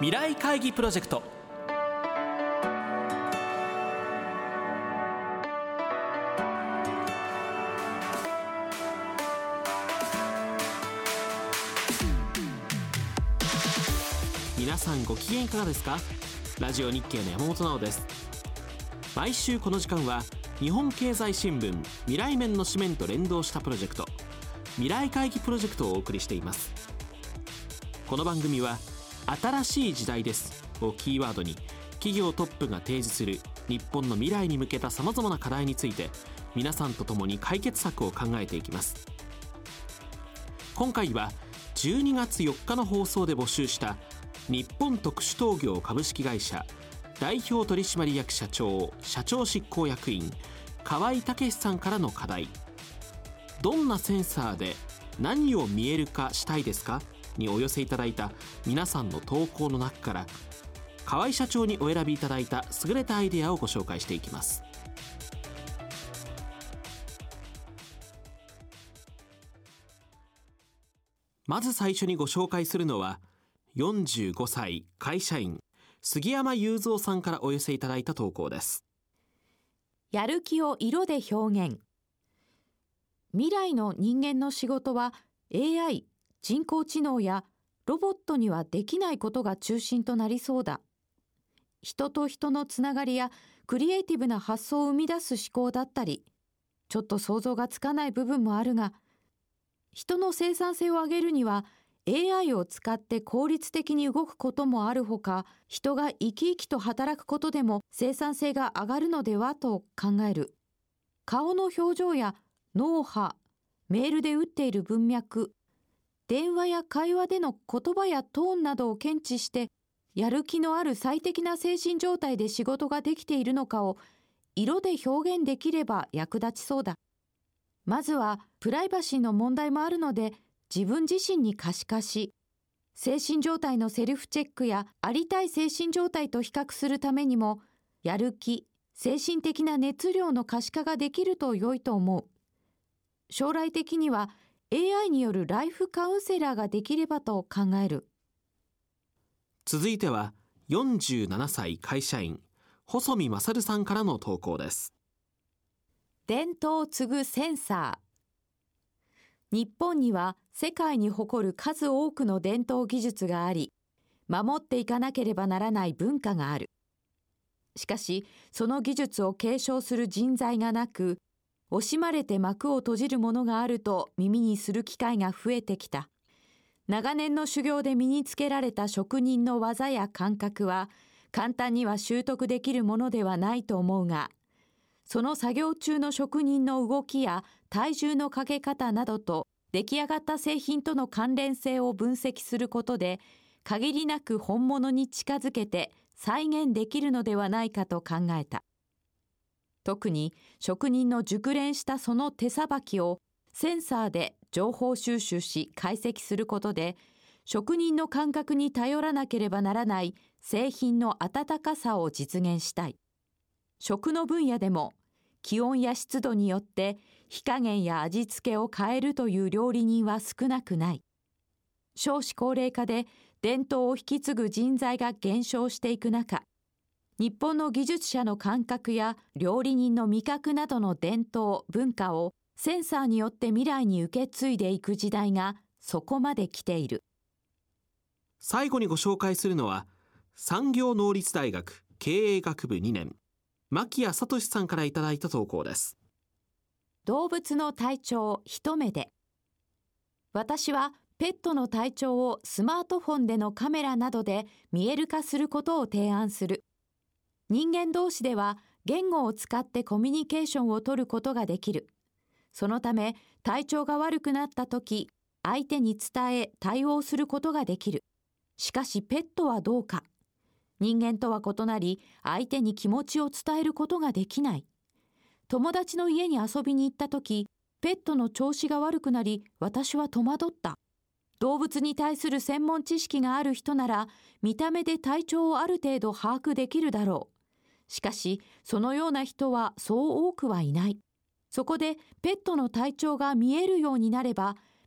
未来会議プロジェクト。皆さんご機嫌いかがですか？ラジオ日経の山本直です。毎週この時間は日本経済新聞未来面の紙面と連動したプロジェクト、未来会議プロジェクトをお送りしています。この番組は新しい時代ですをキーワードに、企業トップが提示する日本の未来に向けたさまざまな課題について、皆さんと共に解決策を考えていきます。今回は12月4日の放送で募集した日本特殊陶業株式会社代表取締役社長社長執行役員河合武さんからの課題、どんなセンサーで何を見える化したいですかにお寄せいただいた皆さんの投稿の中から、河合社長にお選びいただいた優れたアイデアをご紹介していきます。まず最初にご紹介するのは、45歳会社員杉山雄三さんからお寄せいただいた投稿です。 やる気を色で表現。未来の人間の仕事は AI、人工知能やロボットにはできないことが中心となりそうだ。人と人のつながりやクリエイティブな発想を生み出す思考だったり、ちょっと想像がつかない部分もあるが、人の生産性を上げるには AI を使って効率的に動くこともあるほか、人が生き生きと働くことでも生産性が上がるのではと考える。顔の表情や脳波、メールで打っている文脈、電話や会話での言葉やトーンなどを検知して、やる気のある最適な精神状態で仕事ができているのかを色で表現できれば役立ちそうだ。まずはプライバシーの問題もあるので、自分自身に可視化し、精神状態のセルフチェックやありたい精神状態と比較するためにも、やる気、精神的な熱量の可視化ができると良いと思う。将来的にはAI によるライフカウンセラーができればと考える。 続いては47歳会社員細見勝さんからの投稿です。 伝統を継ぐセンサー。日本には世界に誇る数多くの伝統技術があり、守っていかなければならない文化がある。しかし、その技術を継承する人材がなく、惜しまれて幕を閉じるものがあると耳にする機会が増えてきた。長年の修行で身につけられた職人の技や感覚は、簡単には習得できるものではないと思うが、その作業中の職人の動きや体重のかけ方などと出来上がった製品との関連性を分析することで、限りなく本物に近づけて再現できるのではないかと考えた。特に職人の熟練したその手さばきをセンサーで情報収集し解析することで、職人の感覚に頼らなければならない製品の温かさを実現したい。食の分野でも気温や湿度によって火加減や味付けを変えるという料理人は少なくない。少子高齢化で伝統を引き継ぐ人材が減少していく中、日本の技術者の感覚や料理人の味覚などの伝統、文化をセンサーによって未来に受け継いでいく時代がそこまで来ている。 最後にご紹介するのは、産業能率大学経営学部2年牧谷聡さんからいただいた投稿です。 動物の体調一目で。私はペットの体調をスマートフォンでのカメラなどで見える化することを提案する。人間同士では言語を使ってコミュニケーションを取ることができる。そのため体調が悪くなったとき、相手に伝え対応することができる。しかしペットはどうか。人間とは異なり、相手に気持ちを伝えることができない。友達の家に遊びに行ったとき、ペットの調子が悪くなり、私は戸惑った。動物に対する専門知識がある人なら、見た目で体調をある程度把握できるだろう。しかし、そのような人はそう多くはいない。そこで、ペットの体調が見えるようになれば、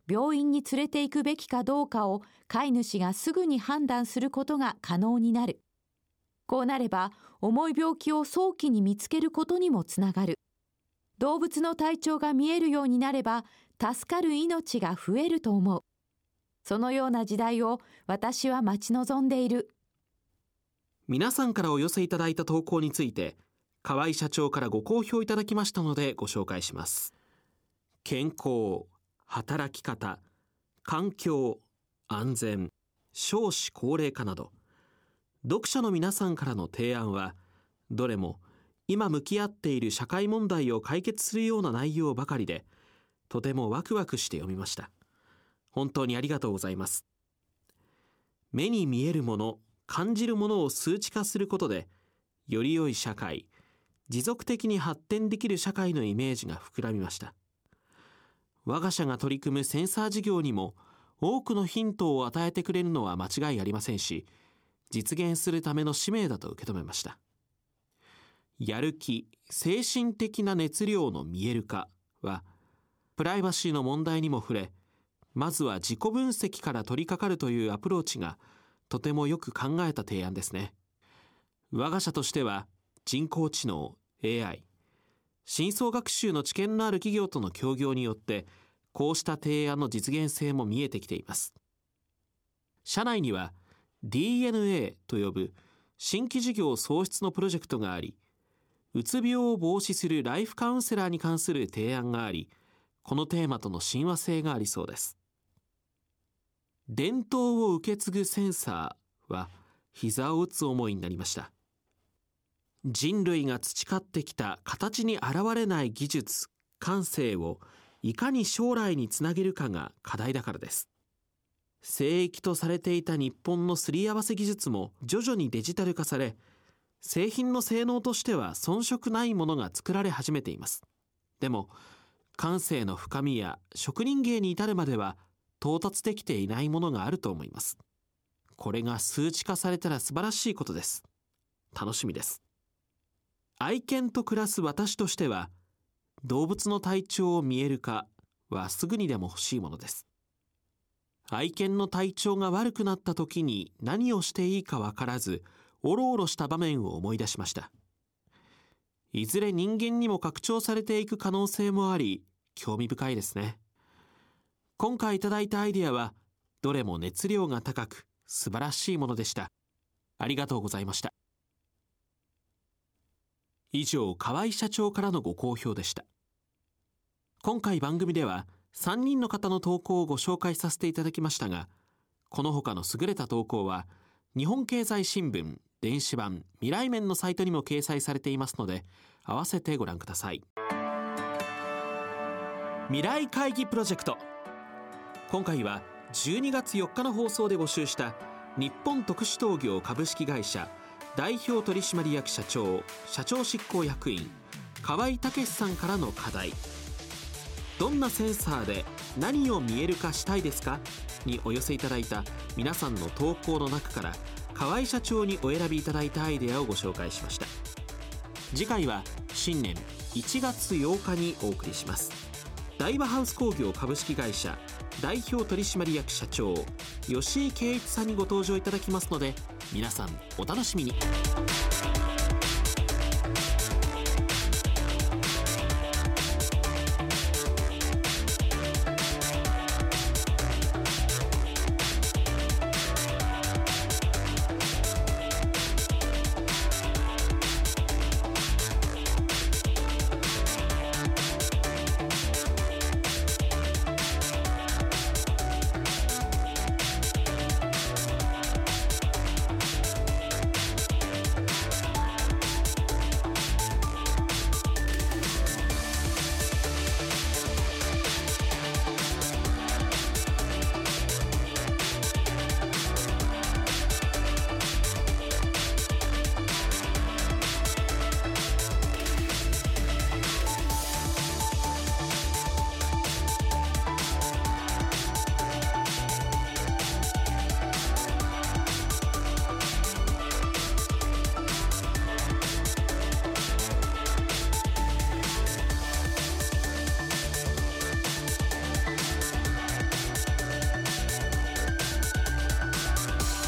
病院に連れて行くべきかどうかを飼い主がすぐに判断することが可能になる。こうなれば、重い病気を早期に見つけることにもつながる。動物の体調が見えるようになれば、助かる命が増えると思う。そのような時代を私は待ち望んでいる。 皆さんからお寄せいただいた投稿について、河合社長からご好評いただきましたのでご紹介します。健康、働き方、環境、安全、少子高齢化など、読者の皆さんからの提案は、どれも今向き合っている社会問題を解決するような内容ばかりで、とてもワクワクして読みました。本当にありがとうございます。目に見えるもの、感じるものを数値化することで、より良い社会、持続的に発展できる社会のイメージが膨らみました。我が社が取り組むセンサー事業にも多くのヒントを与えてくれるのは間違いありませんし、実現するための使命だと受け止めました。やる気、精神的な熱量の見える化は、プライバシーの問題にも触れ、まずは自己分析から取り掛かるというアプローチがとてもよく考えた提案ですね。我が社としては人工知能、AI、深層学習の知見のある企業との協業によって、こうした提案の実現性も見えてきています。社内には DNA と呼ぶ新規事業創出のプロジェクトがあり、うつ病を防止するライフカウンセラーに関する提案があり、このテーマとの親和性がありそうです。伝統を受け継ぐセンサーは膝を打つ思いになりました。人類が培ってきた形に現れない技術、感性をいかに将来につなげるかが課題だからです。聖域とされていた日本のすり合わせ技術も徐々にデジタル化され、製品の性能としては遜色ないものが作られ始めています。でも、感性の深みや職人芸に至るまでは到達できていないものがあると思います。これが数値化されたら素晴らしいことです。楽しみです。愛犬と暮らす私としては、動物の体調を見える化はすぐにでも欲しいものです。愛犬の体調が悪くなった時に何をしていいか分からず、おろおろした場面を思い出しました。いずれ人間にも拡張されていく可能性もあり、興味深いですね。今回いただいたアイデアは、どれも熱量が高く、素晴らしいものでした。ありがとうございました。以上、河合社長からのご好評でした。今回番組では3人の方の投稿をご紹介させていただきましたが、この他の優れた投稿は日本経済新聞電子版未来面のサイトにも掲載されていますので、合わせてご覧ください。未来会議プロジェクト。今回は12月4日の放送で募集した日本特殊陶業株式会社代表取締役社長社長執行役員河合武さんからの課題、どんなセンサーで何を見える化したいですかにお寄せいただいた皆さんの投稿の中から、河合社長にお選びいただいたアイデアをご紹介しました。次回は新年1月8日にお送りします。大和ハウス工業株式会社代表取締役社長吉井圭一さんにご登場いただきますので、皆さんお楽しみに。